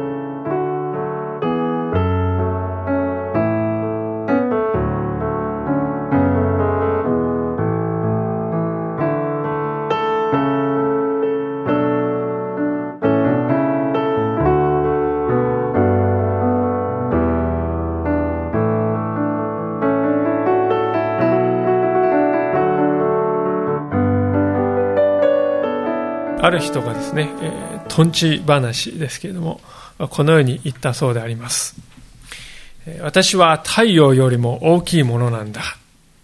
ある人がですね、とんち話ですけれども、このように言ったそうであります。私は太陽よりも大きいものなんだ。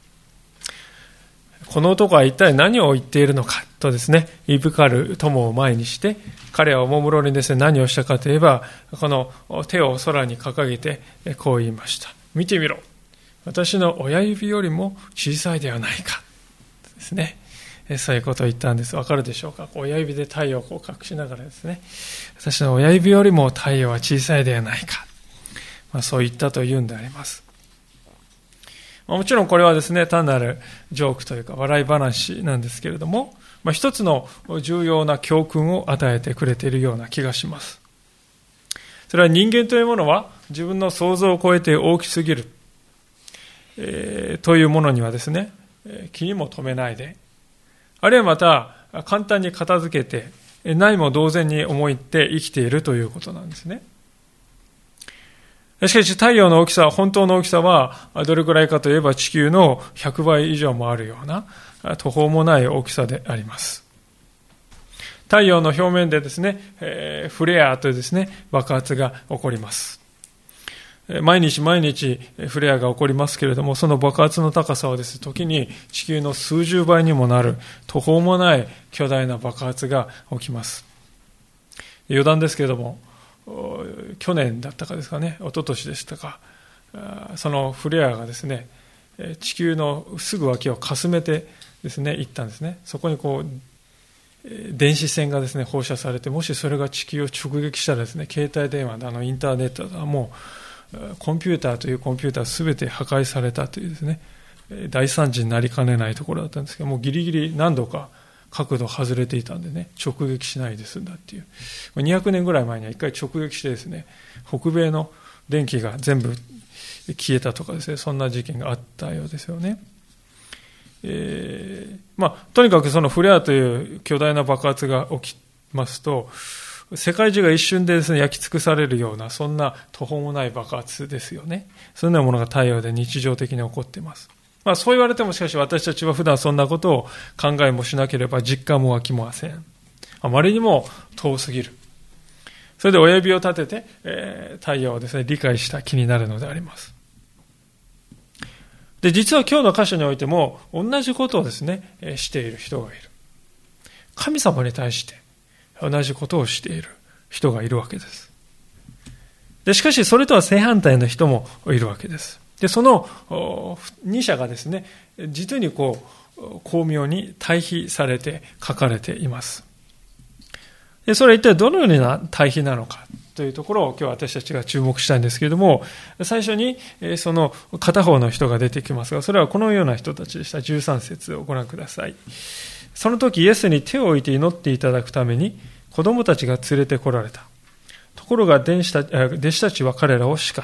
この男は一体何を言っているのかとですね、いぶかる友を前にして、彼はおもむろにですね、何をしたかといえば、この手を空に掲げてこう言いました。見てみろ。私の親指よりも小さいではないか。ですね。そういうことを言ったんです。わかるでしょうか。親指で太陽をこう隠しながらですね、私の親指よりも太陽は小さいではないか。そう言ったというんであります。もちろんこれはですね、単なるジョークというか笑い話なんですけれども、一つの重要な教訓を与えてくれているような気がします。それは人間というものは自分の想像を超えて大きすぎる、というものにはですね、気にも留めないで、あるいはまた簡単に片付けてないも同然に思って生きているということなんですね。しかし太陽の大きさ、本当の大きさはどれくらいかといえば地球の100倍以上もあるような途方もない大きさであります。太陽の表面でですね、フレアというですね、爆発が起こります。毎日毎日フレアが起こりますけれども、その爆発の高さはですね、時に地球の数十倍にもなる途方もない巨大な爆発が起きます。余談ですけれども、去年だったかですかね、一昨年でしたか、そのフレアがですね、地球のすぐ脇をかすめてですね、行ったんですね。そこにこう電子線がですね放射されて、もしそれが地球を直撃したらですね、携帯電話だインターネットだもうコンピューターというコンピューターすべて破壊されたというですね、大惨事になりかねないところだったんですけども、ギリギリ何度か角度外れていたんでね、直撃しないで済んだっていう。200年ぐらい前には一回直撃してですね、北米の電気が全部消えたとかですね、そんな事件があったようですよね。とにかくそのフレアという巨大な爆発が起きますと、世界中が一瞬でですね、焼き尽くされるような、そんな途方もない爆発ですよね。そんなものが太陽で日常的に起こっています。そう言われても、しかし私たちは普段そんなことを考えもしなければ実感も湧きません。あまりにも遠すぎる。それで親指を立てて、太陽をですね、理解した気になるのであります。で、実は今日の箇所においても、同じことをですね、している人がいる。神様に対して同じことをしている人がいるわけです。で、しかしそれとは正反対の人もいるわけです。で、その二者がですね、実に巧妙に対比されて書かれています。で、それは一体どのような対比なのかというところを今日私たちが注目したいんですけれども、最初にその片方の人が出てきますが、それはこのような人たちでした。13節をご覧ください。その時イエスに手を置いて祈っていただくために子供たちが連れてこられた。ところが弟子たちは彼らを叱った。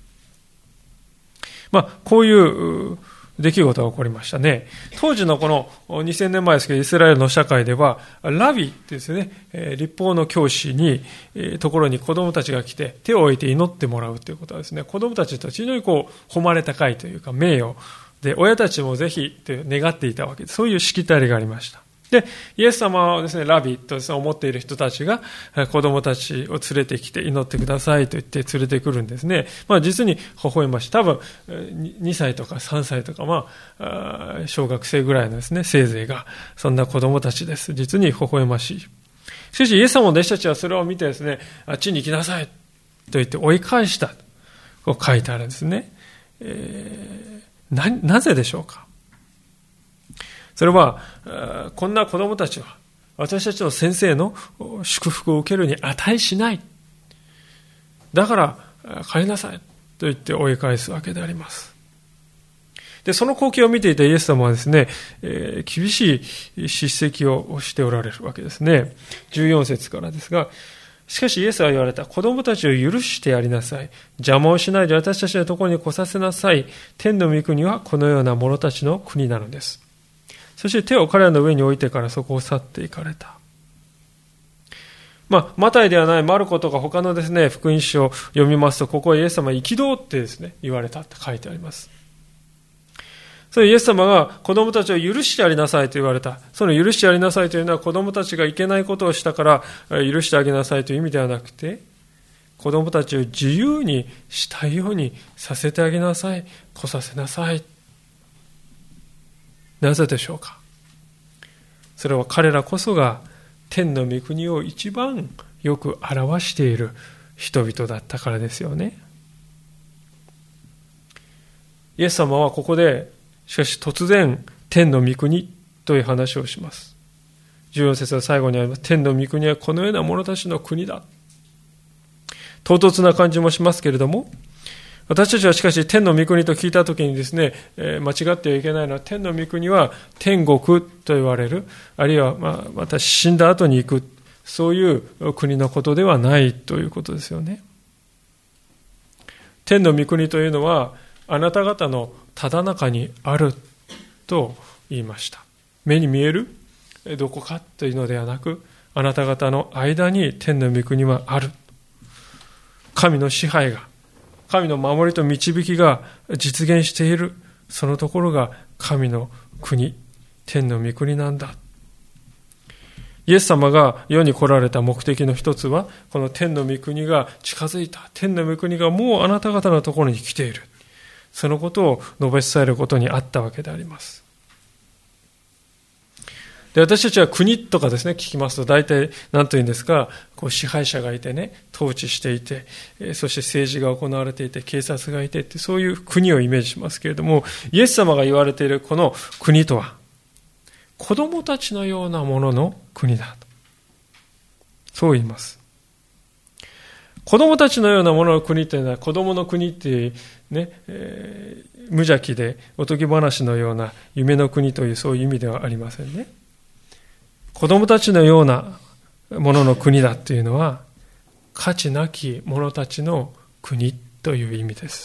こういう出来事が起こりましたね。当時のこの2000年前ですけど、イスラエルの社会では、ラビですね、律法の教師に、ところに子供たちが来て手を置いて祈ってもらうということはですね、子供たちと非常に誉れ高いというか名誉で、親たちもぜひって願っていたわけです。そういうしきたりがありました。で、イエス様はですね、ラビとですね、思っている人たちが子供たちを連れてきて祈ってくださいと言って連れてくるんですね。実に微笑ましい。多分2歳とか3歳とか小学生ぐらいのですね、せいぜいがそんな子供たちです。実に微笑ましい。しかしイエス様の弟子たちはそれを見てですね、あっちに行きなさいと言って追い返したと書いてあるんですね。なぜでしょうか。それはこんな子供たちは私たちの先生の祝福を受けるに値しない。だから帰りなさいと言って追い返すわけであります。で、その光景を見ていたイエス様はですね、厳しい叱責をしておられるわけですね。14節からですが、 しかしイエスは言われた。子供たちを許してやりなさい。邪魔をしないで私たちのところに来させなさい。天の御国はこのような者たちの国なのです。そして手を彼らの上に置いてからそこを去っていかれた。マタイではないマルコとか他のですね、福音書を読みますと、ここはイエス様は憤ってですね、言われたって書いてあります。それイエス様が子供たちを許してやりなさいと言われた。その許してやりなさいというのは子供たちがいけないことをしたから許してあげなさいという意味ではなくて、子供たちを自由にしたいようにさせてあげなさい。来させなさい。なぜでしょうか。それは彼らこそが天の御国を一番よく表している人々だったからですよね。イエス様はここでしかし突然天の御国という話をします。14節の最後にあります。天の御国はこのような者たちの国だ。唐突な感じもしますけれども、私たちはしかし天の御国と聞いたときにですね、間違ってはいけないのは、天の御国は天国と言われる、あるいはまた死んだ後に行く、そういう国のことではないということですよね。天の御国というのはあなた方のただ中にあると言いました。目に見えるどこかというのではなく、あなた方の間に天の御国はある。神の支配が、神の守りと導きが実現している、そのところが神の国、天の御国なんだ。イエス様が世に来られた目的の一つは、この天の御国が近づいた、天の御国がもうあなた方のところに来ている、そのことを述べ伝えることにあったわけであります。で、私たちは国とかですね、聞きますと大体何と言うんですか、支配者がいてね、統治していて、そして政治が行われていて、警察がいてって、そういう国をイメージしますけれども、イエス様が言われているこの国とは、子供たちのようなものの国だと。そう言います。子供たちのようなものの国というのは、子供の国っていうね、無邪気でおとぎ話のような夢の国というそういう意味ではありませんね。子供たちのようなものの国だというのは、価値なき者たちの国という意味です。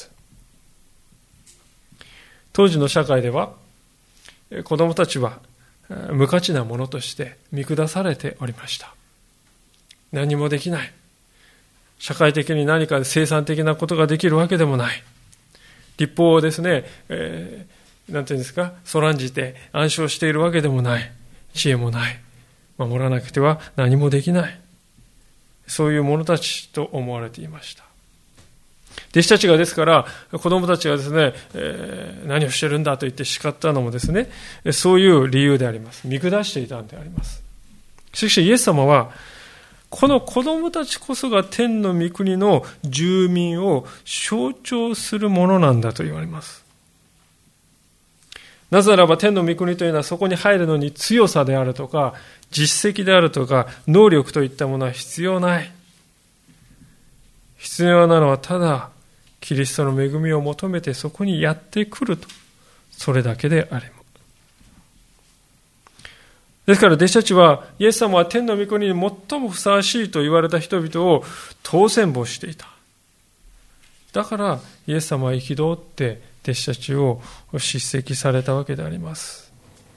当時の社会では、子供たちは無価値なものとして見下されておりました。何もできない。社会的に何か生産的なことができるわけでもない。立法をですね、なんていうんですか、そらんじて暗唱しているわけでもない。知恵もない。守らなくては何もできない。そういう者たちと思われていました。弟子たちがですから、子供たちがですね、何をしてるんだと言って叱ったのもですね、そういう理由であります。見下していたんであります。しかしイエス様は、この子供たちこそが天の御国の住民を象徴するものなんだと言われます。なぜならば天の御国というのはそこに入るのに強さであるとか、実績であるとか、能力といったものは必要ない。必要なのはただ、キリストの恵みを求めてそこにやってくると。それだけであります。ですから弟子たちは、イエス様は天の御国に最もふさわしいと言われた人々を当選簿していた。だからイエス様は憤って弟子たちを叱責されたわけであります。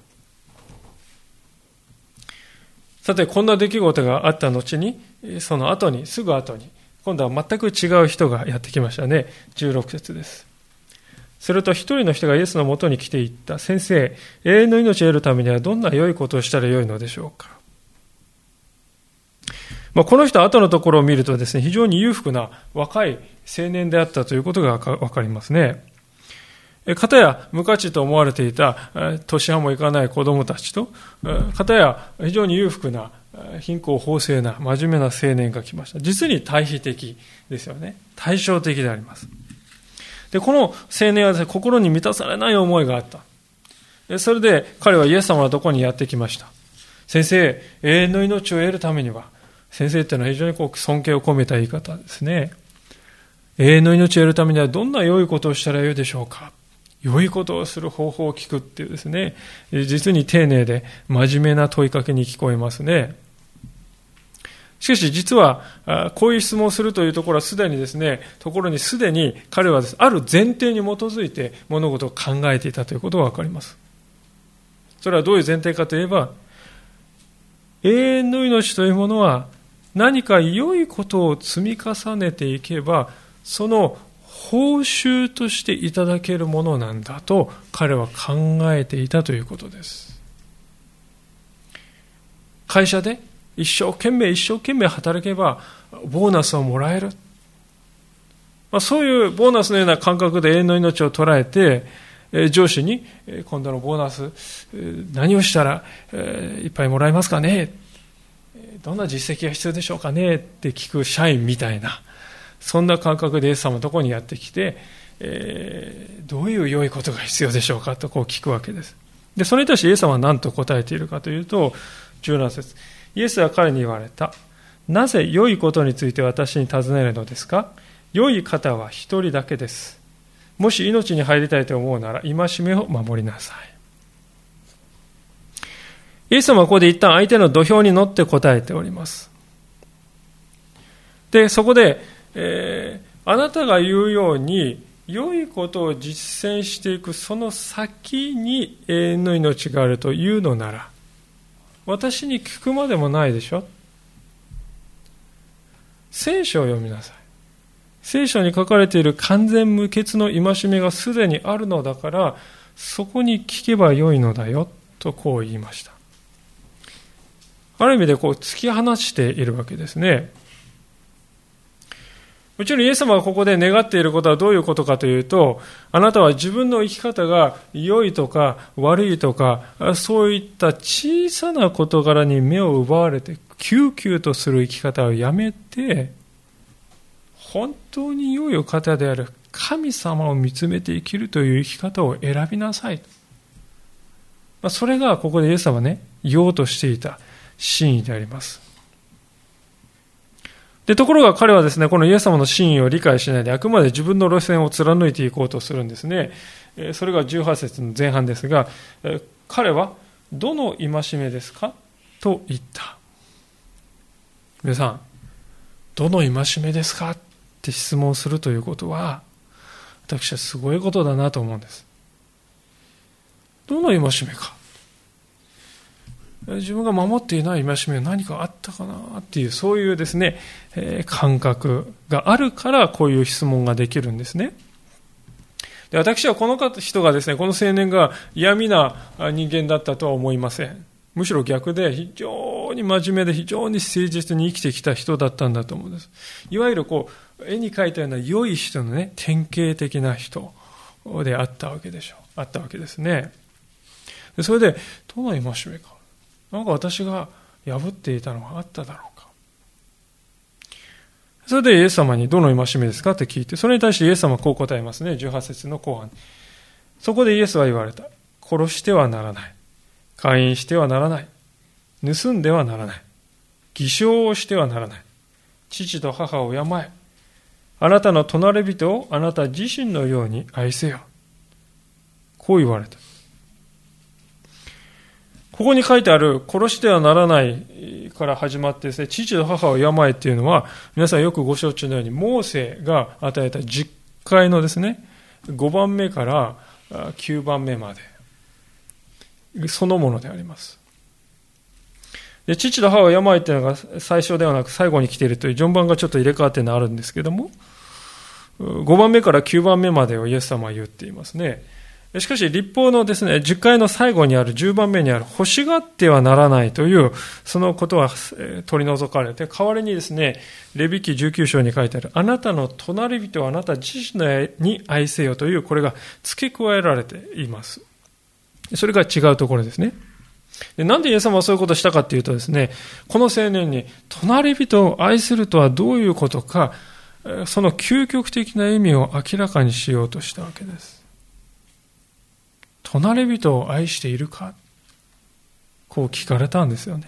さて、こんな出来事があった後に、その後に、すぐ後に、今度は全く違う人がやってきましたね。16節です。すると一人の人がイエスのもとに来て言った。先生、永遠の命を得るためにはどんな良いことをしたら良いのでしょうか。この人は後のところを見るとですね、非常に裕福な若い青年であったということがわかりますね。かたや無価値と思われていた年派もいかない子供たちと、かたや非常に裕福な貧困法制な真面目な青年が来ました。実に対比的ですよね。対照的であります。で、この青年はですね、心に満たされない思いがあった。それで彼はイエス様のところにやってきました。先生、永遠の命を得るためには、先生というのは非常に尊敬を込めた言い方ですね。永遠の命を得るためにはどんな良いことをしたらよいでしょうか。良いことをする方法を聞くっていうですね、実に丁寧で真面目な問いかけに聞こえますね。 しかし実は、こういう質問をするというところにすでに彼はある前提に基づいて物事を考えていたということがわかります。それはどういう前提かといえば、永遠の命というものは何か良いことを積み重ねていけば、その報酬としていただけるものなんだと彼は考えていたということです。会社で一生懸命働けばボーナスをもらえる、そういうボーナスのような感覚で永遠の命を捉えて、上司に今度のボーナス何をしたらいっぱいもらえますかね、どんな実績が必要でしょうかねって聞く社員みたいな、そんな感覚でイエス様のところにやってきて、どういう良いことが必要でしょうかとこう聞くわけです。でそれに対してイエス様は何と答えているかというと、17節、イエスは彼に言われた。なぜ良いことについて私に尋ねるのですか。良い方は一人だけです。もし命に入りたいと思うなら戒めを守りなさい。イエス様はここで一旦相手の土俵に乗って答えております。でそこで、あなたが言うように良いことを実践していくその先に永遠の命があるというのなら、私に聞くまでもないでしょ。聖書を読みなさい。聖書に書かれている完全無欠の戒めがすでにあるのだから、そこに聞けばよいのだよとこう言いました。ある意味で突き放しているわけですね。もちろんイエス様がここで願っていることはどういうことかというと、あなたは自分の生き方が良いとか悪いとか、そういった小さな事柄に目を奪われてキューキューとする生き方をやめて、本当に良いお方である神様を見つめて生きるという生き方を選びなさい。それがここでイエス様は言おうとしていた真意であります。でところが彼はこのイエス様の真意を理解しないで、あくまで自分の路線を貫いていこうとするんですね。それが18節の前半ですが、彼はどの戒めですかと言った。皆さん、どの戒めですかって質問するということは、私はすごいことだなと思うんです。どの戒めか。自分が守っていない戒めは何かあったかなっていう、そういう感覚があるからこういう質問ができるんですね。で私はこの人がこの青年が嫌味な人間だったとは思いません。むしろ逆で非常に真面目で非常に誠実に生きてきた人だったんだと思うんです。いわゆる絵に描いたような良い人の典型的な人であったわけですね。でそれでどの戒めか、なんか私が破っていたのがあっただろうか。それでイエス様にどの戒めですかって聞いて、それに対してイエス様はこう答えますね。18節の後半。そこでイエスは言われた。殺してはならない。姦淫してはならない。盗んではならない。偽証をしてはならない。父と母を敬え。あなたの隣人をあなた自身のように愛せよ。こう言われた。ここに書いてある殺してはならないから始まって父と母を敬えっていうのは、皆さんよくご承知のようにモーセが与えた10回の5番目から9番目までそのものであります。で父と母を敬えっていうのが最初ではなく最後に来ているという順番がちょっと入れ替わっているのがあるんですけども、5番目から9番目までをイエス様は言っていますね。しかし律法の10回の最後にある10番目にある欲しがってはならないというそのことは取り除かれて、代わりにレビ記19章に書いてあるあなたの隣人をあなた自身に愛せよという、これが付け加えられています。それが違うところですね。でなんでイエス様はそういうことをしたかというとこの青年に隣人を愛するとはどういうことか、その究極的な意味を明らかにしようとしたわけです。隣人を愛しているか、こう聞かれたんですよね。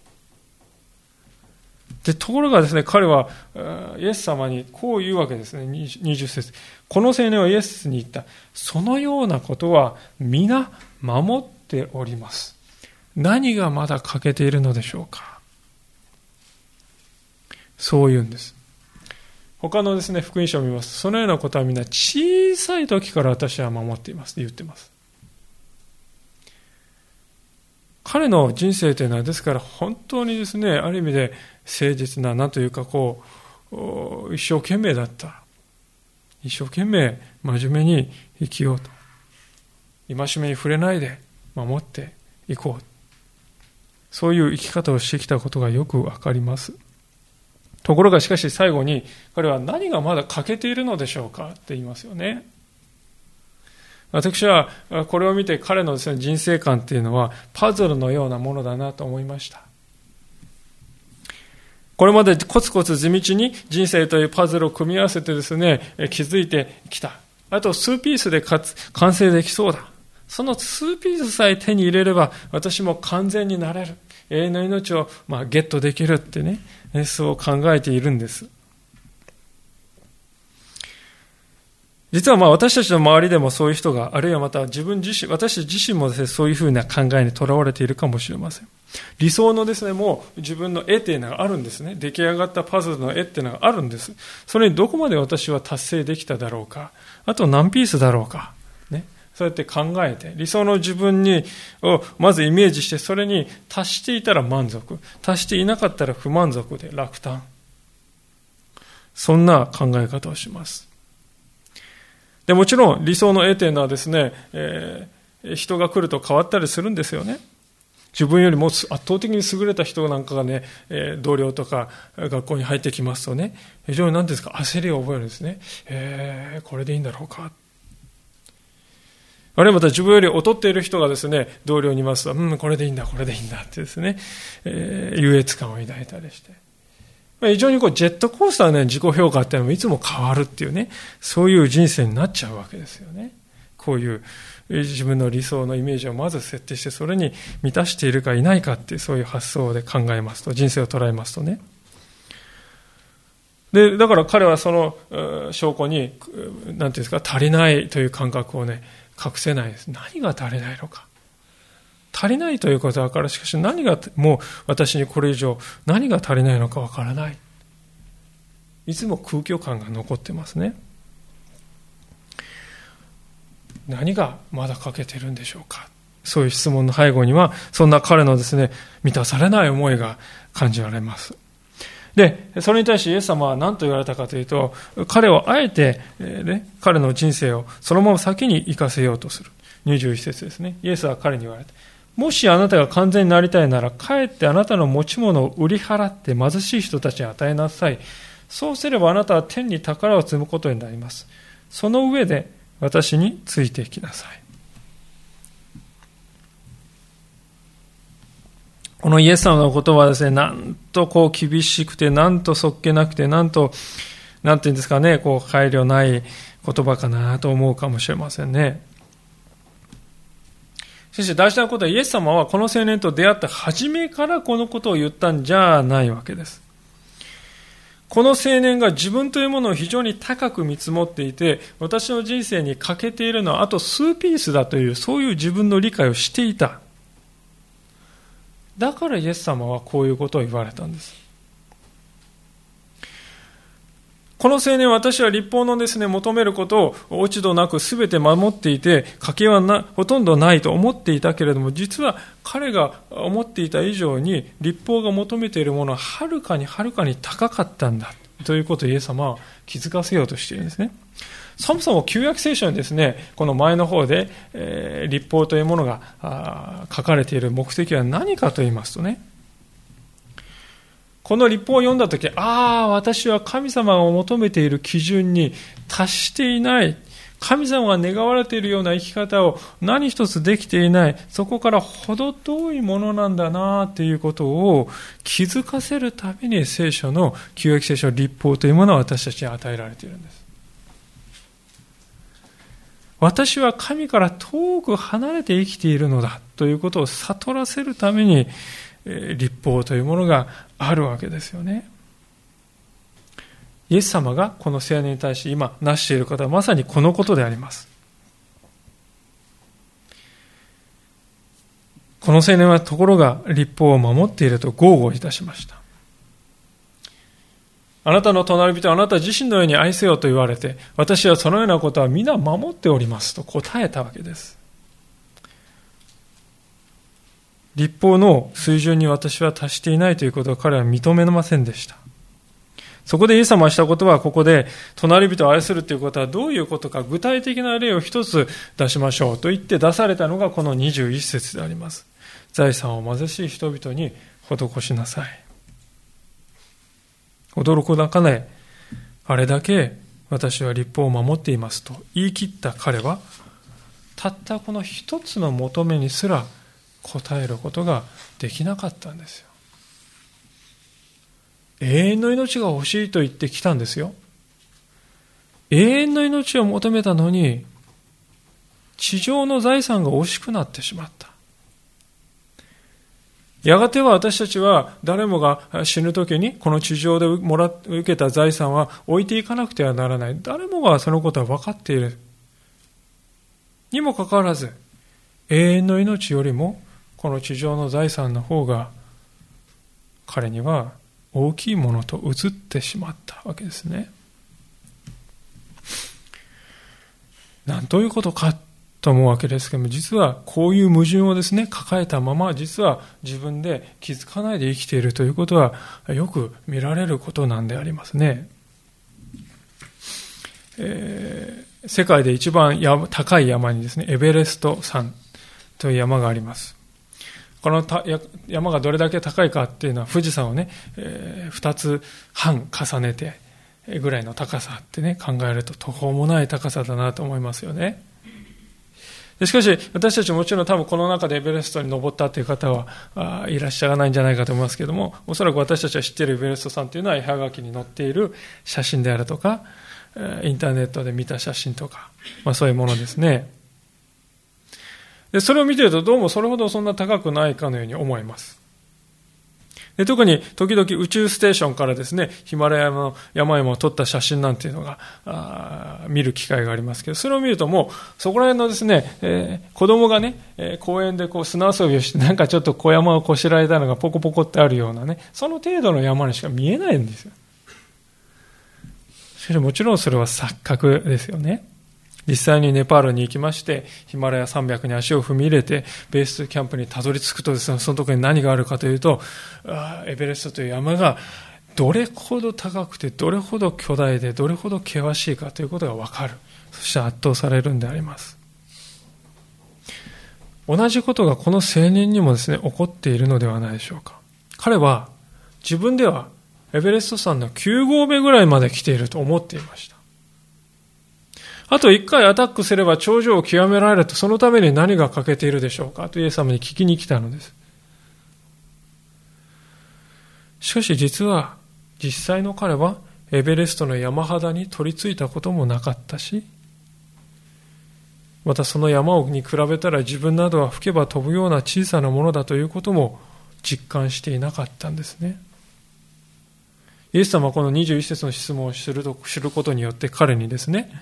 でところが彼はイエス様にこう言うわけですね。20節、この青年はイエスに言った。そのようなことは皆守っております。何がまだ欠けているのでしょうか。 そう言うんです。他のですね、福音書を見ますと、そのようなことはみんな小さい時から私は守っています。言ってます。彼の人生というのは、ですから本当にですね、ある意味で誠実な、なんというか一生懸命だった。一生懸命真面目に生きようと。戒めに触れないで守っていこう。そういう生き方をしてきたことがよくわかります。ところがしかし最後に、彼は何がまだ欠けているのでしょうかって言いますよね。私はこれを見て彼のですね、人生観っていうのはパズルのようなものだなと思いました。これまでコツコツ地道に人生というパズルを組み合わせてですね、築いてきた。あと数ピースで完成できそうだ。その数ピースさえ手に入れれば私も完全になれる。永遠の命をゲットできるってね、そう考えているんです。実は私たちの周りでもそういう人が、あるいはまた私自身もですね、そういうふうな考えにとらわれているかもしれません。理想のですね、もう自分の絵というのがあるんですね。出来上がったパズルの絵っていうのがあるんです。それにどこまで私は達成できただろうか。あと何ピースだろうか。ね。そうやって考えて、理想の自分をまずイメージして、それに達していたら満足。達していなかったら不満足で落胆。そんな考え方をします。でもちろん理想の絵というのはですね、人が来ると変わったりするんですよね。自分よりも圧倒的に優れた人なんかがね、同僚とか学校に入ってきますとね、非常に何ですか、焦りを覚えるんですね。これでいいんだろうか。あるいはまた自分より劣っている人がですね、同僚にいますと、これでいいんだ、これでいいんだってですね、優越感を抱いたりして。非常にジェットコースターの自己評価っていうのもいつも変わるっていうね、そういう人生になっちゃうわけですよね。こういう自分の理想のイメージをまず設定して、それに満たしているかいないかっていう、そういう発想で考えますと、人生を捉えますとね。で、だから彼はその証拠に、なんていうんですか、足りないという感覚をね、隠せないです。何が足りないのか。足りないということだから、しかし何が、もう私にこれ以上何が足りないのかわからない。いつも空虚感が残ってますね。何がまだ欠けてるんでしょうか。そういう質問の背後には、そんな彼のですね、満たされない思いが感じられます。で、それに対してイエス様は何と言われたかというと、彼をあえて、彼の人生をそのまま先に生かせようとする。21節ですね。イエスは彼に言われた。もしあなたが完全になりたいなら、かえってあなたの持ち物を売り払って貧しい人たちに与えなさい。そうすればあなたは天に宝を積むことになります。その上で私についてきなさい。このイエス様の言葉はですね、なんと厳しくて、なんとそっけなくて、なんていうんですかね、配慮ない言葉かなと思うかもしれませんね。そして大事なことは、イエス様はこの青年と出会った初めからこのことを言ったんじゃないわけです。この青年が自分というものを非常に高く見積もっていて、私の人生に欠けているのはあと数ピースだという、そういう自分の理解をしていた。だからイエス様はこういうことを言われたんです。この青年は、私は律法のですね、求めることを落ち度なく全て守っていて、欠けはほとんどないと思っていたけれども、実は彼が思っていた以上に律法が求めているものははるかに高かったんだということをイエス様は気づかせようとしているんですね。そもそも旧約聖書にですね、この前の方で、律法というものが書かれている目的は何かと言いますとね、この律法を読んだとき、私は神様が求めている基準に達していない。神様が願われているような生き方を何一つできていない。そこから程遠いものなんだなということを気づかせるために旧約聖書の律法というものは私たちに与えられているんです。私は神から遠く離れて生きているのだということを悟らせるために、律法というものがあるわけですよね。イエス様がこの青年に対して今成していることはまさにこのことであります。この青年はところが律法を守っていると豪語いたしました。 あなたの隣人はあなた自身のように愛せよと言われて、私はそのようなことは皆守っておりますと答えたわけです。律法の水準に私は達していないということを彼は認めませんでした。そこでイエス様がしたことは、ここで隣人を愛するということはどういうことか、具体的な例を一つ出しましょうと言って出されたのがこの21節であります。財産を貧しい人々に施しなさい。驚かない、あれだけ私は律法を守っていますと言い切った彼は、たったこの一つの求めにすら答えることができなかったんですよ。永遠の命が欲しいと言ってきたんですよ。永遠の命を求めたのに、地上の財産が惜しくなってしまった。やがては私たちは誰もが死ぬときにこの地上で受けた財産は置いていかなくてはならない。誰もがそのことは分かっている。にもかかわらず、永遠の命よりもこの地上の財産の方が彼には大きいものと移ってしまったわけですね。なんということかと思うわけですけども、実はこういう矛盾をですね、抱えたまま、実は自分で気づかないで生きているということはよく見られることなんでありますね。世界で一番高い山にですね、エベレスト山という山があります。この山がどれだけ高いかっていうのは、富士山をね、2つ半重ねてぐらいの高さってね、考えると途方もない高さだなと思いますよね。しかし私たちもちろん多分この中でエベレストに登ったという方はいらっしゃらないんじゃないかと思いますけれども、おそらく私たちは知っているエベレスト山というのは絵はがきに載っている写真であるとか、インターネットで見た写真とか、そういうものですね。でそれを見ているとどうもそれほどそんな高くないかのように思います。で特に時々宇宙ステーションからですね、ヒマラヤの山々を撮った写真なんていうのが見る機会がありますけど、それを見るともうそこら辺のですね、子供がね、公園でこう砂遊びをしてなんかちょっと小山をこしらえたのがポコポコってあるようなね、その程度の山にしか見えないんですよ。しかしもちろんそれは錯覚ですよね。実際にネパールに行きまして、ヒマラヤ山脈に足を踏み入れて、ベースキャンプにたどり着くとですね、そのところに何があるかというと、エベレストという山がどれほど高くて、どれほど巨大で、どれほど険しいかということがわかる。そして圧倒されるんであります。同じことがこの青年にもですね、起こっているのではないでしょうか。彼は自分ではエベレスト山の9合目ぐらいまで来ていると思っていました。あと1回アタックすれば頂上を極められると、そのために何が欠けているでしょうかとイエス様に聞きに来たのです。しかし実は実際の彼はエベレストの山肌に取り付いたこともなかったし、またその山に比べたら自分などは吹けば飛ぶような小さなものだということも実感していなかったんですね。イエス様はこの21節の質問を知ることによって彼にですね、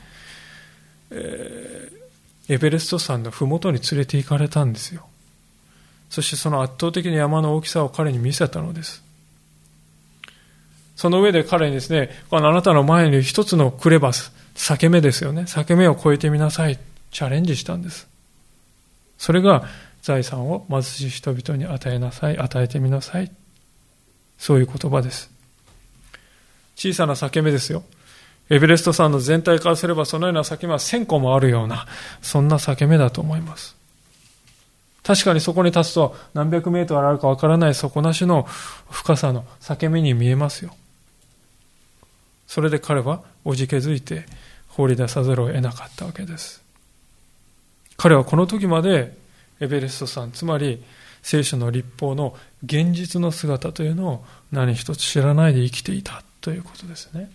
エベレスト山のふもとに連れて行かれたんですよ。そしてその圧倒的な山の大きさを彼に見せたのです。その上で彼にですね、あなたの前に一つのクレバス、裂け目ですよね、裂け目を越えてみなさい、チャレンジしたんです。それが財産を貧しい人々に与えてみなさい、そういう言葉です。小さな裂け目ですよ。エベレスト山の全体からすればそのような裂け目は1000個もあるような、そんな裂け目だと思います。確かにそこに立つと何百メートルあるかわからない底なしの深さの裂け目に見えますよ。それで彼はおじけづいて放り出さざるを得なかったわけです。彼はこの時までエベレスト山、つまり聖書の律法の現実の姿というのを何一つ知らないで生きていたということですね。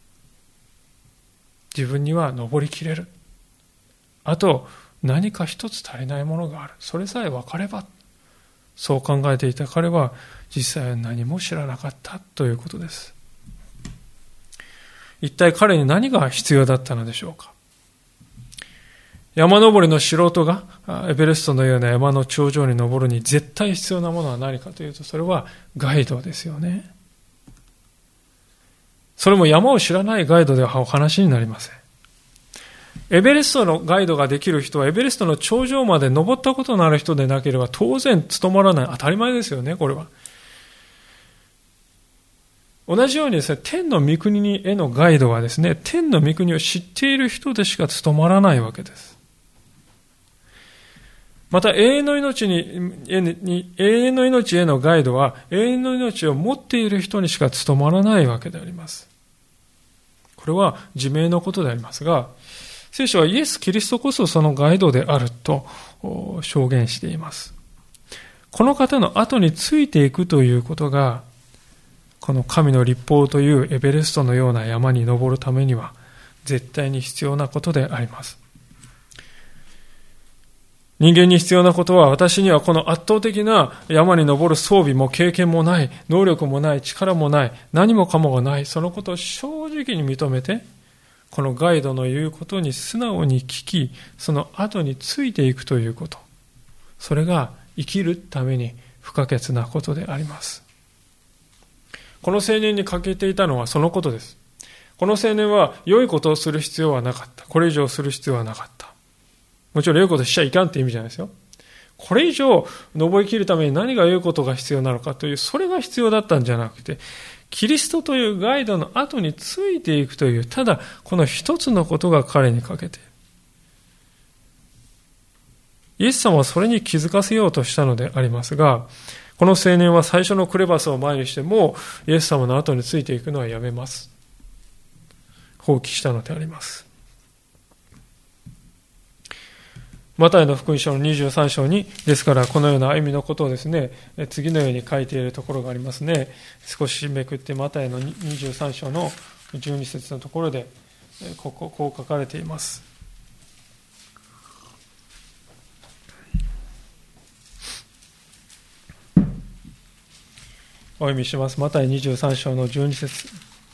自分には登りきれる。あと何か一つ足りないものがある。それさえ分かれば。そう考えていた彼は実際は何も知らなかったということです。一体彼に何が必要だったのでしょうか。山登りの素人がエベレストのような山の頂上に登るに絶対必要なものは何かというと、それはガイドですよね。 それも山を知らないガイドではお話になりません。エベレストのガイドができる人はエベレストの頂上まで登ったことのある人でなければ当然務まらない。当たり前ですよね、これは。同じようにですね、天の御国へのガイドはですね、天の御国を知っている人でしか務まらないわけです。また永遠の命へのガイドは永遠の命を持っている人にしか務まらないわけであります。これは自明のことでありますが、聖書はイエス・キリストこそそのガイドであると証言しています。この方の後についていくということが、この神の律法というエベレストのような山に登るためには絶対に必要なことであります。人間に必要なことは、私にはこの圧倒的な山に登る装備も経験もない、能力もない、力もない、何もかもがない、そのことを正直に認めて、このガイドの言うことに素直に聞き、その後についていくということ。それが生きるために不可欠なことであります。この青年に欠けていたのはそのことです。この青年は良いことをする必要はなかった。これ以上する必要はなかった。もちろん良いことしちゃいかんって意味じゃないですよ。これ以上登り切るために何が良いことが必要なのかという、それが必要だったんじゃなくて、キリストというガイドの後についていくという、ただこの一つのことが彼に欠けている。イエス様はそれに気づかせようとしたのでありますが、この青年は最初のクレバスを前にしてもイエス様の後についていくのはやめます。放棄したのであります。マタイの福音書の23章に、ですからこのような歩みのことをですね、次のように書いているところがありますね。少しめくってマタイの23章の12節のところで、こう書かれています。お読みします。マタイ23章の12節。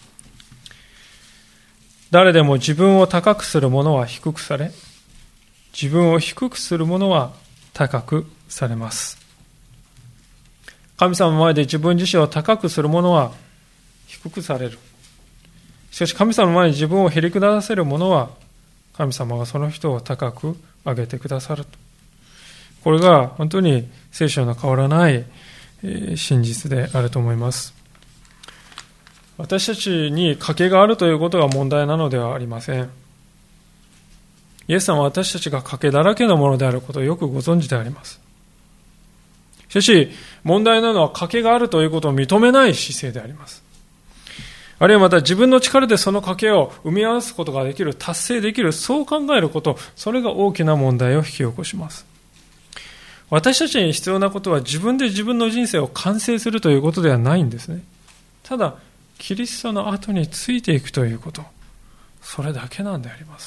誰でも自分を高くする者は低くされ、自分を低くする者は高くされます。神様の前で自分自身を高くする者は低くされる。しかし神様の前に自分をへり下らせる者は、神様がその人を高く上げてくださると。これが本当に聖書の変わらない真実であると思います。私たちに賭けがあるということが問題なのではありません。イエス様は私たちが賭けだらけのものであることをよくご存知であります。しかし問題なのは賭けがあるということを認めない姿勢であります。あるいはまた自分の力でその賭けを生み合わすことができる、達成できる、そう考えること、それが大きな問題を引き起こします。私たちに必要なことは自分で自分の人生を完成するということではないんですね。ただキリストの後についていくということ、それだけなんであります。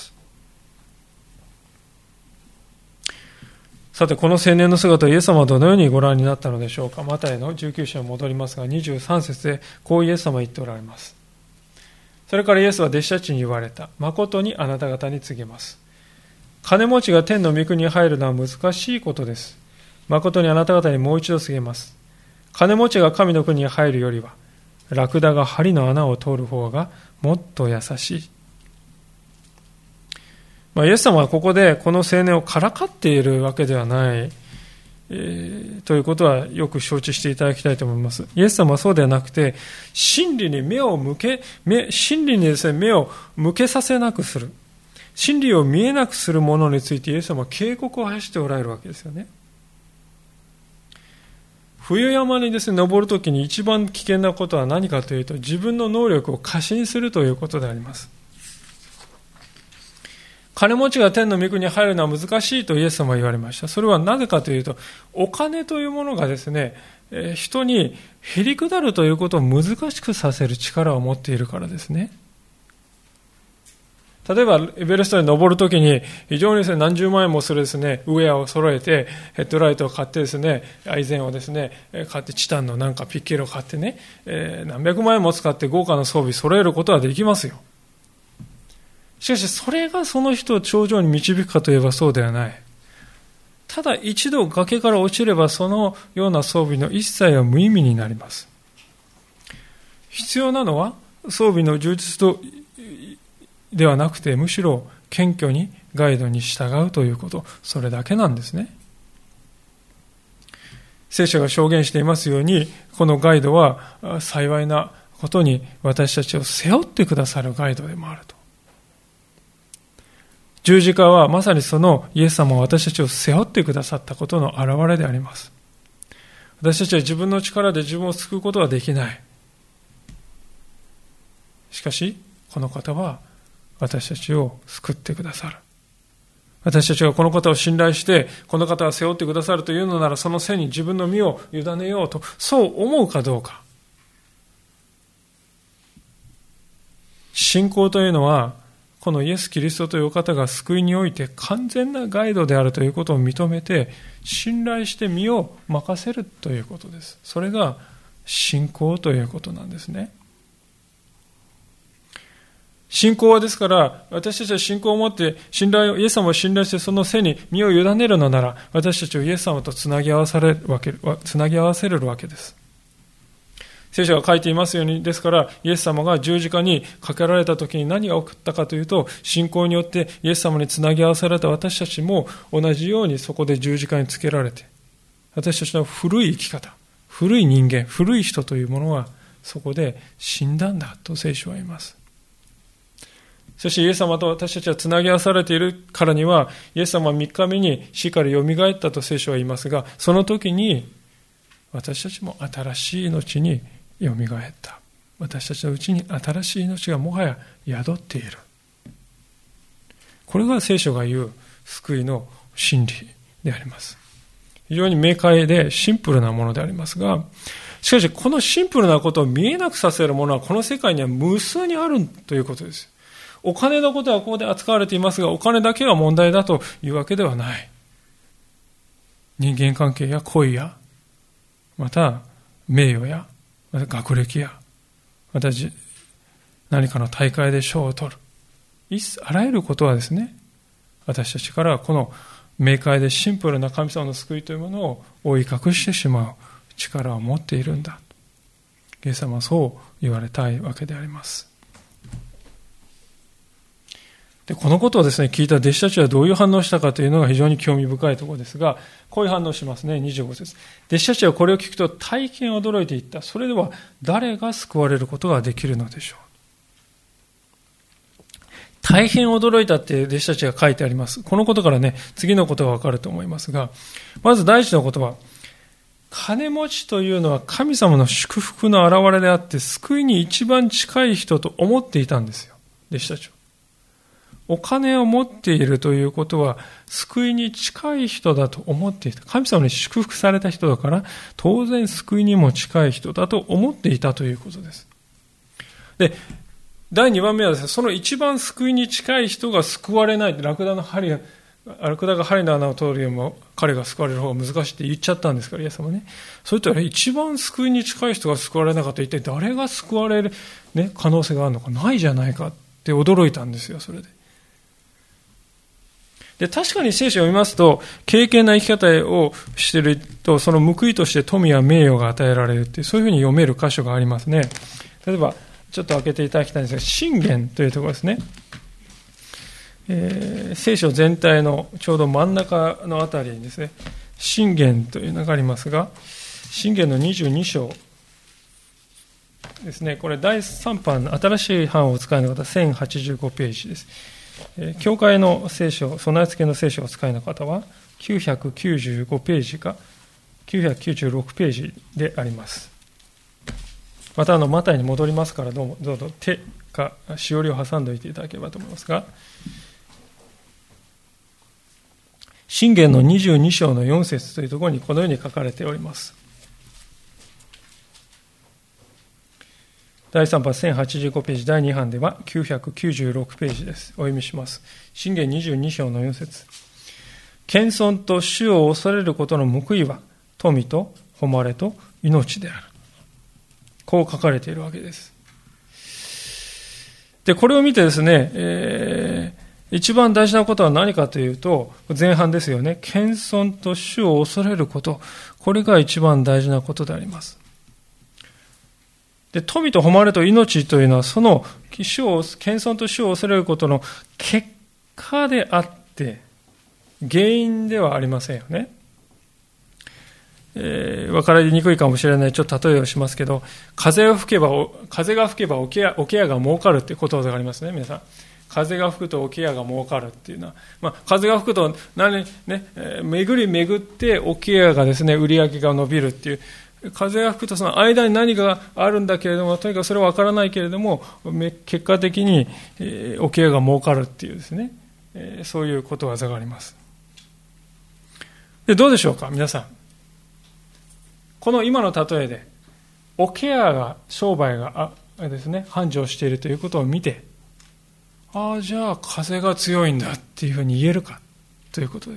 さて、この青年の姿をイエス様はどのようにご覧になったのでしょうか。マタイの19章に戻りますが、23節でこうイエス様は言っておられます。それからイエスは弟子たちに言われた。誠にあなた方に告げます。金持ちが天の御国に入るのは難しいことです。誠にあなた方にもう一度告げます。金持ちが神の国に入るよりは、ラクダが針の穴を通る方がもっと優しい。イエス様はここでこの青年をからかっているわけではない、ということはよく承知していただきたいと思います。イエス様はそうではなくて、真理に真理にですね、目を向けさせなくする。真理を見えなくするものについてイエス様は警告を発しておられるわけですよね。冬山にですね、登るときに一番危険なことは何かというと、自分の能力を過信するということであります。金持ちが天の御国に入るのは難しいとイエス様は言われました。それはなぜかというと、お金というものがですね、人にへり下るということを難しくさせる力を持っているからですね。例えばエベレストに登るときに非常にですね、何十万円もするですね、ウェアを揃えてヘッドライトを買ってですね、アイゼンをですね買って、チタンのなんかピッケルを買ってね、何百万円も使って豪華な装備揃えることはできますよ。しかしそれがその人を頂上に導くかといえばそうではない。ただ一度崖から落ちればそのような装備の一切は無意味になります。必要なのは装備の充実とではなくて、むしろ謙虚にガイドに従うということ、それだけなんですね。聖書が証言していますように、このガイドは幸いなことに私たちを背負ってくださるガイドでもあると。十字架はまさにそのイエス様が私たちを背負ってくださったことの表れであります。私たちは自分の力で自分を救うことはできない。しかし、この方は私たちを救ってくださる。私たちがこの方を信頼して、この方は背負ってくださるというのなら、その背に自分の身を委ねようと、そう思うかどうか。信仰というのは、このイエス・キリストというお方が救いにおいて完全なガイドであるということを認めて、信頼して身を任せるということです。それが信仰ということなんですね。信仰はですから、私たちは信仰を持ってイエス様を信頼してその背に身を委ねるのなら、私たちをイエス様とつなぎ合わせれるわけです。聖書が書いていますように、ですから、イエス様が十字架にかけられた時に何が起こったかというと、信仰によってイエス様につなぎ合わせられた私たちも同じようにそこで十字架につけられて、私たちの古い生き方、古い人間、古い人というものはそこで死んだんだと聖書は言います。そしてイエス様と私たちはつなぎ合わされているからには、イエス様は3日目に死からよみがえったと聖書は言いますが、その時に私たちも新しい命によみがえった。私たちのうちに新しい命がもはや宿っている。これが聖書が言う救いの真理であります。非常に明快でシンプルなものでありますが、しかしこのシンプルなことを見えなくさせるものはこの世界には無数にあるということです。お金のことはここで扱われていますが、お金だけが問題だというわけではない。人間関係や恋や、また名誉や、また学歴や、また何かの大会で賞を取る。あらゆることはですね、私たちからこの明快でシンプルな神様の救いというものを覆い隠してしまう力を持っているんだ。イエス様はそう言われたいわけであります。で、このことをですね、聞いた弟子たちはどういう反応をしたかというのが非常に興味深いところですが、こういう反応をしますね、25節。弟子たちはこれを聞くと大変驚いていった。それでは誰が救われることができるのでしょう。大変驚いたって弟子たちが書いてあります。このことからね、次のことがわかると思いますが、まず第一のことは、金持ちというのは神様の祝福の現れであって、救いに一番近い人と思っていたんですよ、弟子たちは。お金を持っているということは救いに近い人だと思っていた。神様に祝福された人だから当然救いにも近い人だと思っていたということです。で、第2番目はですね、その一番救いに近い人が救われない。ラクダが針の穴を通るよりも彼が救われる方が難しいって言っちゃったんですから、イエス様ね。そういったら一番救いに近い人が救われなかったら一体誰が救われる、ね、可能性があるのかないじゃないかって驚いたんですよ、それで。で、確かに聖書を読みますと、敬虔な生き方をしていると、その報いとして富や名誉が与えられるっていう、そういうふうに読める箇所がありますね。例えば、ちょっと開けていただきたいんですが、箴言というところですね。聖書全体のちょうど真ん中のあたりにですね、箴言というのがありますが、箴言の22章ですね、これ第3版、新しい版をお使いの方、1085ページです。教会の聖書、備え付けの聖書をお使いの方は、995ページか996ページであります。またマタイに戻りますから、どうぞ手かしおりを挟んでおいていただければと思いますが、箴言の22章の4節というところにこのように書かれております。第3版1085ページ、第2版では996ページです。お読みします。箴言22章の4節。謙遜と主を恐れることの報いは、富と誉れと命である。こう書かれているわけです。で、これを見てですね、一番大事なことは何かというと、前半ですよね。謙遜と主を恐れること。これが一番大事なことであります。 で、富と誉れと命というのは、その謙遜と死を恐れることの結果であって、原因ではありませんよね。分かりにくいかもしれない、ちょっと例えをしますけど、風が吹けば桶屋が儲かるっていうことがありますね、皆さん。風が吹くと桶屋が儲かるっていうのは、風が吹くと巡り巡って桶屋がですね、売り上げが伸びるっていう、風が吹くとその間に何があるんだけれども、とにかくそれは分からないけれども、結果的に桶屋が儲かるっていうですね、そういうことわざがあります。で、どうでしょうか、皆さん。この今の例えで、桶屋が、商売がですね、繁盛しているということを見て、じゃあ風が強いんだっていうふうに言えるかということです。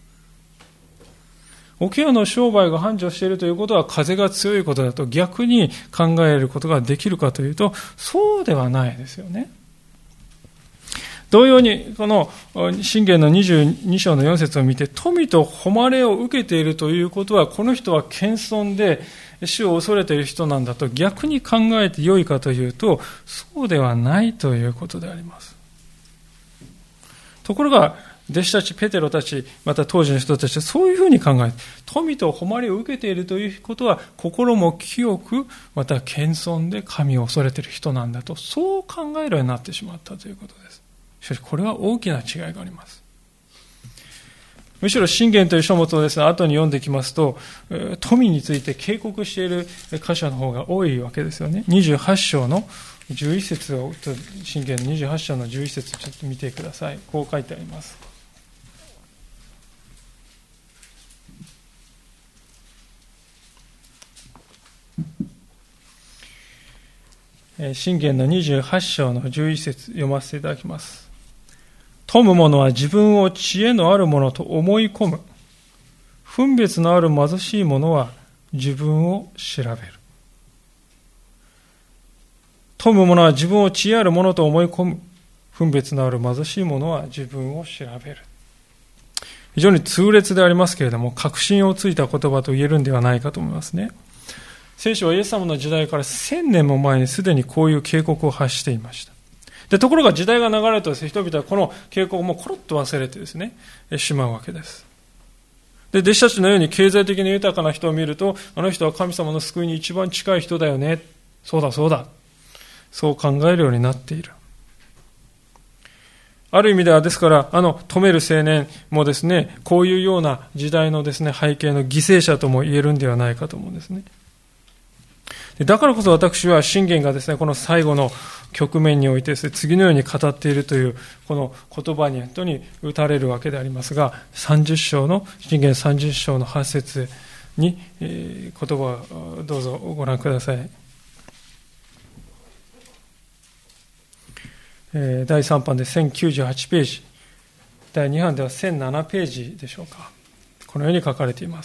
桶屋の商売が繁盛しているということは風が強いことだと逆に考えることができるかというと、そうではないですよね。同様に、この箴言の22章の4節を見て、富と誉れを受けているということは、この人は謙遜で死を恐れている人なんだと逆に考えて良いかというと、そうではないということであります。ところが、弟子たち、ペテロたち、また当時の人たちはそういうふうに考えて、富と誉れを受けているということは、心も清く、また謙遜で神を恐れている人なんだと、そう考えるようになってしまったということです。しかし、これは大きな違いがあります。むしろ箴言という書物をですね、後に読んでいきますと、富について警告している箇所の方が多いわけですよね。28章の11節を、箴言の28章の11節ちょっと見てください。こう書いてあります。箴言の28章の11節読ませていただきます。富む者は自分を知恵のある者と思い込む。分別のある貧しい者は自分を調べる。富む者は自分を知恵ある者と思い込む。分別のある貧しい者は自分を調べる。非常に痛烈でありますけれども、確信をついた言葉と言えるんではないかと思いますね。聖書はイエス様の時代から1000年も前にすでにこういう警告を発していました。で、ところが時代が流れると人々はこの警告をもうコロッと忘れてですね、しまうわけです。で、弟子たちのように経済的に豊かな人を見ると、あの人は神様の救いに一番近い人だよね。そうだそうだ。そう考えるようになっている。ある意味ではですから、富める青年もですね、こういうような時代のですね、背景の犠牲者とも言えるんではないかと思うんですね。だからこそ私は箴言がですね、この最後の局面においてですね、次のように語っているというこの言葉に本当に打たれるわけでありますが、箴言30章の8節に、言葉をどうぞご覧ください。第3版で1098ページ、第2版では1007ページでしょうか。このように書かれています。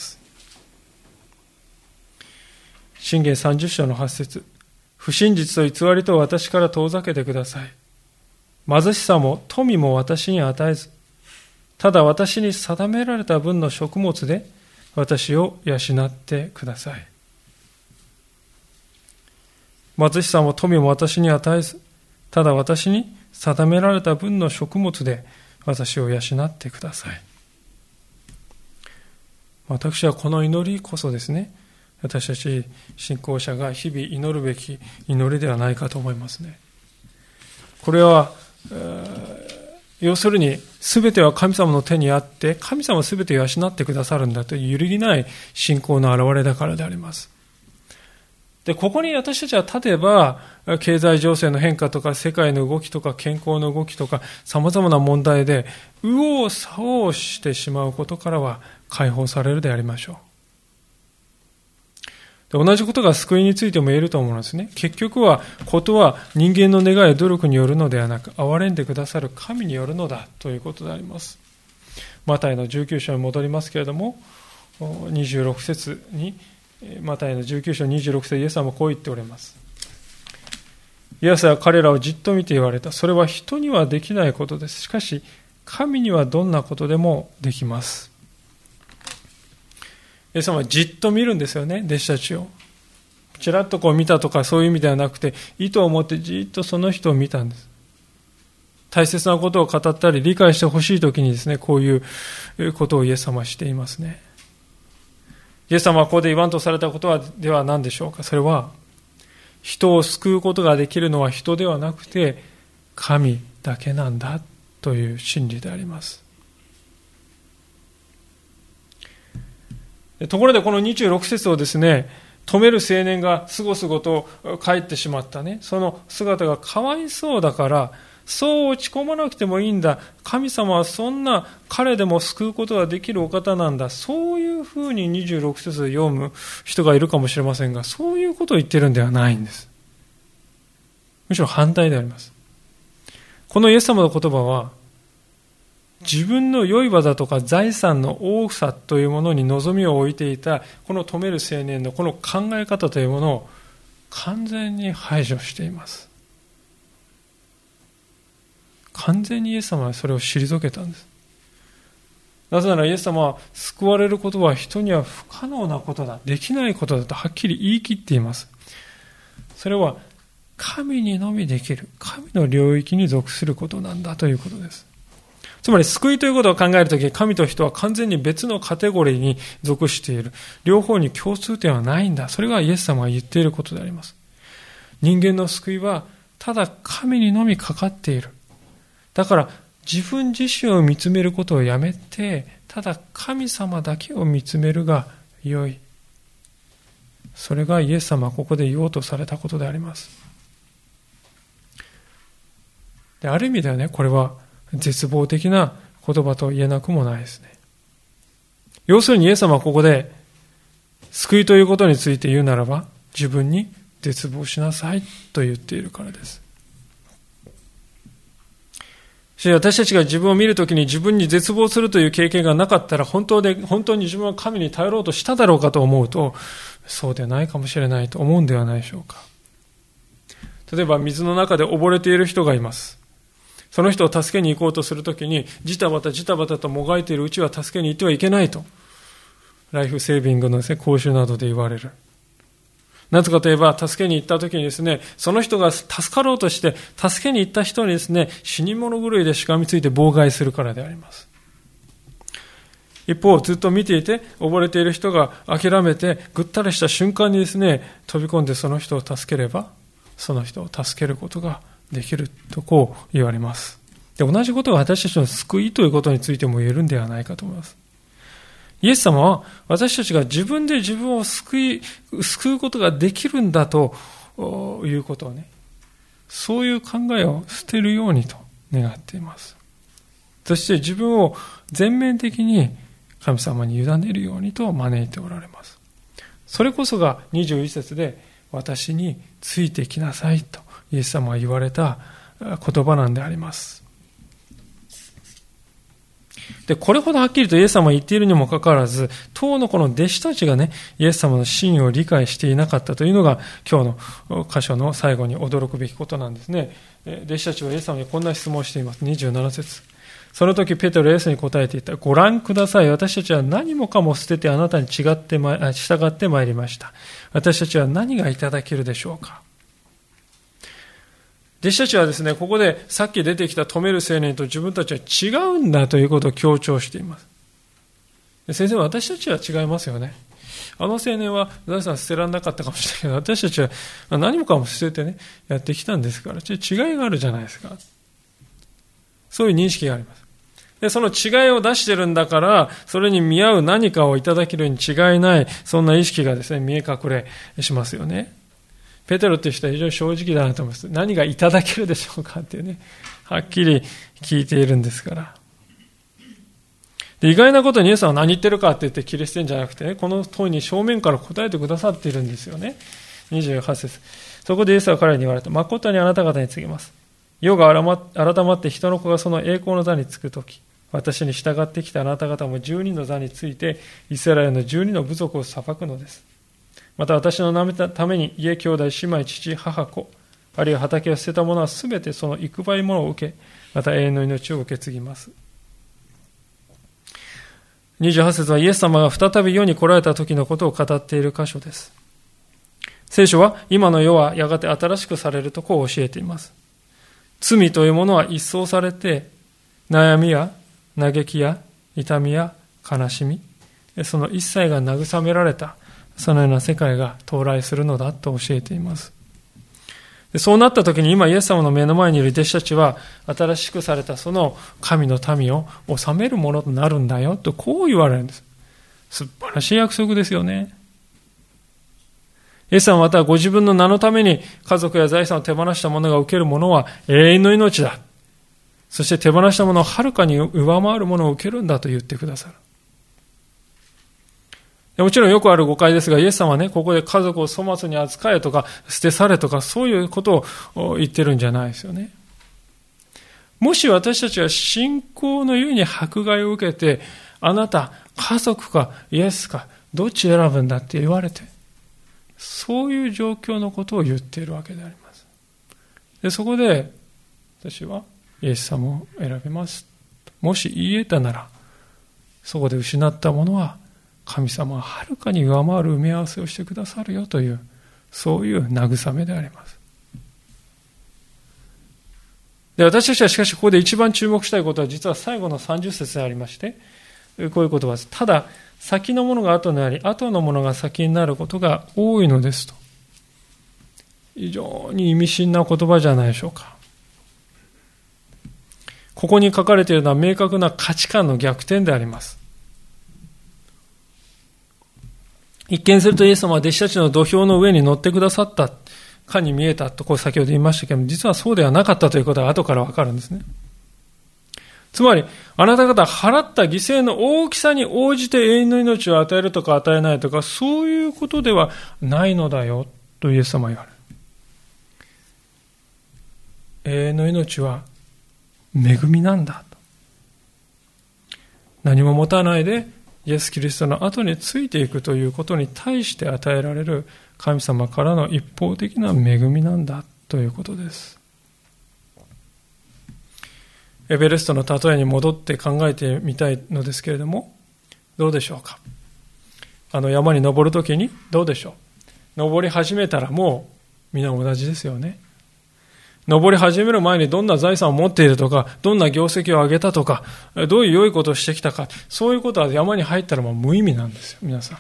箴言30章の8節、不真実と偽りと私から遠ざけてください。貧しさも富も私に与えず、ただ私に定められた分の食物で私を養ってください。貧しさも富も私に与えず、ただ私に定められた分の食物で私を養ってください。私はこの祈りこそですね、私たち信仰者が日々祈るべき祈りではないかと思いますね。これは、要するに全ては神様の手にあって、神様は全てを養ってくださるんだという揺るぎない信仰の表れだからであります。で、ここに私たちは立てば、経済情勢の変化とか、世界の動きとか、健康の動きとか、様々な問題で、右往左往してしまうことからは解放されるでありましょう。同じことが救いについても言えると思うんですね。結局は、ことは人間の願い、努力によるのではなく、憐れんでくださる神によるのだということであります。マタイの19章に戻りますけれども、26節に、マタイの19章26節、イエス様もこう言っております。イエスは彼らをじっと見て言われた。それは人にはできないことです。しかし、神にはどんなことでもできます。イエス様はじっと見るんですよね、弟子たちを。 ちらっとこう見たとかそういう意味ではなくて、意図を持ってじっとその人を見たんです。大切なことを語ったり理解してほしいときにですね、こういうことをイエス様はしていますね。イエス様はここで言わんとされたことでは何でしょうか。それは、人を救うことができるのは人ではなくて神だけなんだという真理であります。ところでこの26節をですね、止める青年がすごすごと帰ってしまったね、その姿がかわいそうだから、そう落ち込まなくてもいいんだ。神様はそんな彼でも救うことができるお方なんだ。そういうふうに26節を読む人がいるかもしれませんが、そういうことを言ってるんではないんです。むしろ反対であります。このイエス様の言葉は、自分の良い場だとか財産の多さというものに望みを置いていたこの止める青年のこの考え方というものを完全に排除しています。完全にイエス様はそれを退けたんです。なぜならイエス様は救われることは人には不可能なことだ、できないことだとはっきり言い切っています。それは神にのみできる、神の領域に属することなんだということです。つまり救いということを考えるとき、神と人は完全に別のカテゴリーに属している。両方に共通点はないんだ。それがイエス様が言っていることであります。人間の救いはただ神にのみかかっている。だから自分自身を見つめることをやめて、ただ神様だけを見つめるが良い。それがイエス様はここで言おうとされたことであります。で、ある意味ではね、これは絶望的な言葉と言えなくもないですね。要するにイエス様はここで救いということについて言うならば、自分に絶望しなさいと言っているからです。私たちが自分を見るときに自分に絶望するという経験がなかったら、本当に自分は神に頼ろうとしただろうかと思うと、そうでないかもしれないと思うんではないでしょうか。例えば水の中で溺れている人がいます。その人を助けに行こうとするときに、ジタバタともがいているうちは助けに行ってはいけないと、ライフセービングの講習などで言われる。なぜかといえば、助けに行ったときにですね、その人が助かろうとして、助けに行った人にですね、死に物狂いでしがみついて妨害するからであります。一方、ずっと見ていて、溺れている人が諦めて、ぐったりした瞬間にですね、飛び込んでその人を助ければ、その人を助けることができるとこう言われます。で、同じことが私たちの救いということについても言えるんではないかと思います。イエス様は私たちが自分で自分を救うことができるんだということをね、そういう考えを捨てるようにと願っています。そして自分を全面的に神様に委ねるようにと招いておられます。それこそが21節で、私についてきなさいとイエス様が言われた言葉なんであります。で、これほどはっきりとイエス様が言っているにもかかわらず、当のこの弟子たちがね、イエス様の真意を理解していなかったというのが、今日の箇所の最後に驚くべきことなんですね。弟子たちはイエス様にこんな質問をしています。27節。その時ペテロはイエスに答えていった。ご覧ください。私たちは何もかも捨ててあなたに従ってまいりました。私たちは何がいただけるでしょうか。弟子たちはですね、ここでさっき出てきた止める青年と自分たちは違うんだということを強調しています。先生は私たちは違いますよね。あの青年は財産捨てられなかったかもしれないけど、私たちは何もかも捨ててね、やってきたんですから、違いがあるじゃないですか。そういう認識があります。で、その違いを出してるんだから、それに見合う何かをいただけるに違いない、そんな意識がですね、見え隠れしますよね。ペテロっていう人は非常に正直だなと思います。何がいただけるでしょうかっていうね、はっきり聞いているんですから。で、意外なことにイエス様は何言ってるかって言って切り捨てるんじゃなくてね、この問いに正面から答えてくださっているんですよね。28節。そこでイエスは彼らに言われた。誠にあなた方に告げます。世が改まって人の子がその栄光の座につくとき、私に従ってきたあなた方も12の座について、イスラエルの12の部族を裁くのです。また私のために家、兄弟、姉妹、父、母、子、あるいは畑を捨てた者はすべてその幾倍ものを受け、また永遠の命を受け継ぎます。28節はイエス様が再び世に来られた時のことを語っている箇所です。 聖書は今の世はやがて新しくされるとこう教えています。罪というものは一掃されて、悩みや嘆きや痛みや悲しみ、その一切が慰められた、そのような世界が到来するのだと教えています。そうなった時に今イエス様の目の前にいる弟子たちは新しくされたその神の民を治めるものとなるんだよとこう言われるんです。素晴らしい約束ですよね。イエス様はまたご自分の名のために家族や財産を手放した者が受けるものは永遠の命だ。そして手放したものをはるかに上回るものを受けるんだと言ってくださる。もちろんよくある誤解ですが、イエス様はね、ここで家族を粗末に扱えとか、捨て去れとか、そういうことを言ってるんじゃないですよね。もし私たちは信仰のゆえに迫害を受けて、あなた、家族かイエスか、どっち選ぶんだって言われて、そういう状況のことを言っているわけであります。で、そこで、私はイエス様を選びます。もし言えたなら、そこで失ったものは、神様ははるかに上回る埋め合わせをしてくださるよという、そういう慰めであります。で、私たちはしかしここで一番注目したいことは実は最後の30節でありまして、こういう言葉です。ただ、先のものが後になり、後のものが先になることが多いのですと。非常に意味深な言葉じゃないでしょうか。ここに書かれているのは明確な価値観の逆転であります。一見するとイエス様は弟子たちの土俵の上に乗ってくださったかに見えたとこう先ほど言いましたけども、実はそうではなかったということが後からわかるんですね。つまり、あなた方払った犠牲の大きさに応じて永遠の命を与えるとか与えないとか、そういうことではないのだよとイエス様は言われる。永遠の命は恵みなんだと。何も持たないでイエス・キリストの後についていくということに対して与えられる神様からの一方的な恵みなんだということです。エベレストの例えに戻って考えてみたいのですけれども、どうでしょうか。山に登るときにどうでしょう。登り始めたらもう皆同じですよね。登り始める前にどんな財産を持っているとか、どんな業績を上げたとか、どういう良いことをしてきたか、そういうことは山に入ったらもう無意味なんですよ、皆さん。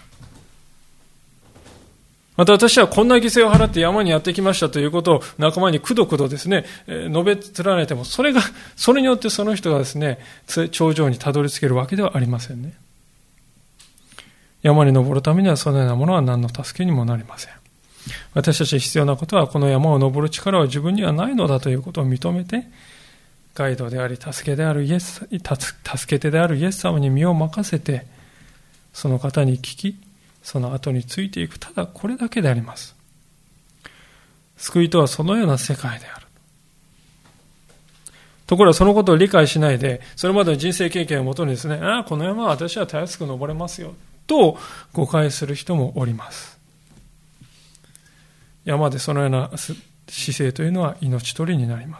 また私はこんな犠牲を払って山にやってきましたということを仲間にくどくどですね、述べ連ねても、それによってその人がですね、頂上にたどり着けるわけではありませんね。山に登るためにはそのようなものは何の助けにもなりません。私たちに必要なことはこの山を登る力は自分にはないのだということを認めて、ガイドであり助け手であるイエス様に身を任せて、その方に聞き、その後についていく、ただこれだけであります。救いとはそのような世界である。ところがそのことを理解しないで、それまでの人生経験をもとにですね、この山は私はたやすく登れますよと誤解する人もおります。山でそのような姿勢というのは命取りになります。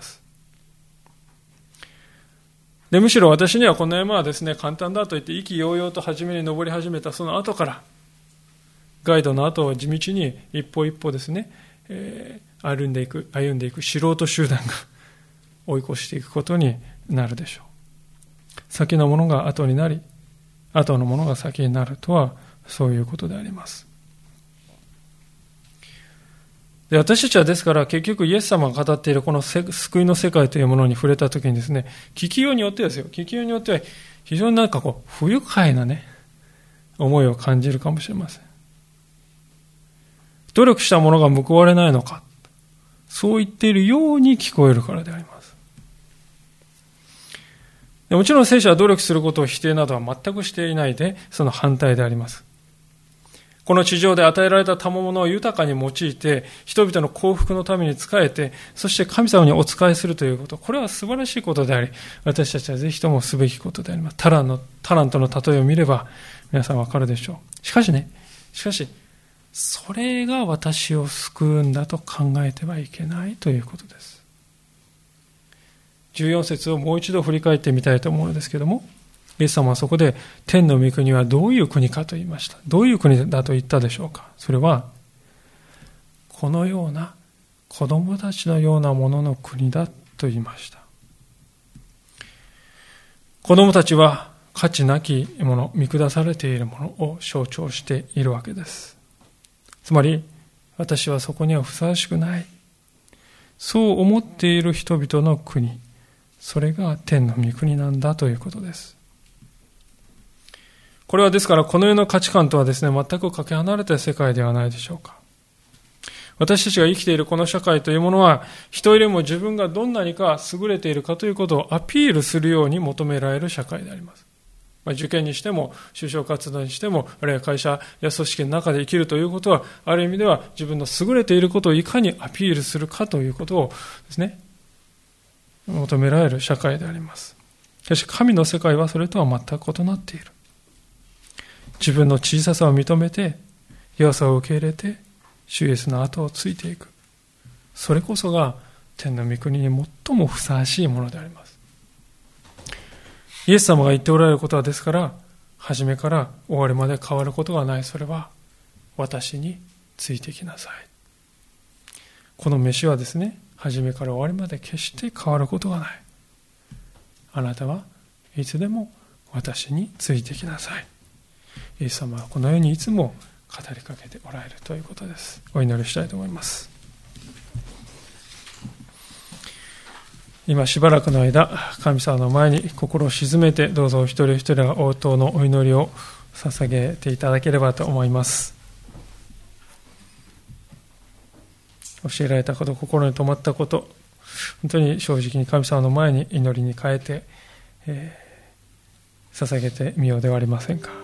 で、むしろ私にはこの山はですね、簡単だと言って意気揚々と初めに登り始めたその後から、ガイドの後を地道に一歩一歩ですね、歩んでいく素人集団が追い越していくことになるでしょう。先のものが後になり、後のものが先になるとは、そういうことであります。で、私たちはですから結局イエス様が語っているこの救いの世界というものに触れたときにですね、聞きようによっては非常に不愉快なね、思いを感じるかもしれません。努力したものが報われないのか、そう言っているように聞こえるからであります。でもちろん聖書は努力することを否定などは全くしていないで、その反対であります。この地上で与えられた賜物を豊かに用いて、人々の幸福のために仕えて、そして神様にお仕えするということ、これは素晴らしいことであり、私たちはぜひともすべきことであります。タラントの例えを見れば、皆さんわかるでしょう。しかし、それが私を救うんだと考えてはいけないということです。14節をもう一度振り返ってみたいと思うのですけれども、イエス様はそこで天の御国はどういう国かと言いました。どういう国だと言ったでしょうか。それはこのような子供たちのようなものの国だと言いました。子供たちは価値なきもの、見下されているものを象徴しているわけです。つまり、私はそこにはふさわしくない。そう思っている人々の国、それが天の御国なんだということです。これはですからこの世の価値観とはですね、全くかけ離れた世界ではないでしょうか。私たちが生きているこの社会というものは、人よりも自分がどんなにか優れているかということをアピールするように求められる社会であります。受験にしても、就職活動にしても、あるいは会社や組織の中で生きるということは、ある意味では自分の優れていることをいかにアピールするかということをですね、求められる社会であります。しかし神の世界はそれとは全く異なっている。自分の小ささを認めて、弱さを受け入れて、主イエスの後をついていく。それこそが天の御国に最もふさわしいものであります。イエス様が言っておられることはですから、初めから終わりまで変わることがない。それは、私についてきなさい。この飯はですね、初めから終わりまで決して変わることがない。あなたはいつでも私についてきなさい。イエス様はこのようにいつも語りかけておられるということです。お祈りしたいと思います。今しばらくの間、神様の前に心を静めて、どうぞお一人一人が応答のお祈りを捧げていただければと思います。教えられたこと、心に留まったこと、本当に正直に神様の前に祈りに変えて、捧げてみようではありませんか。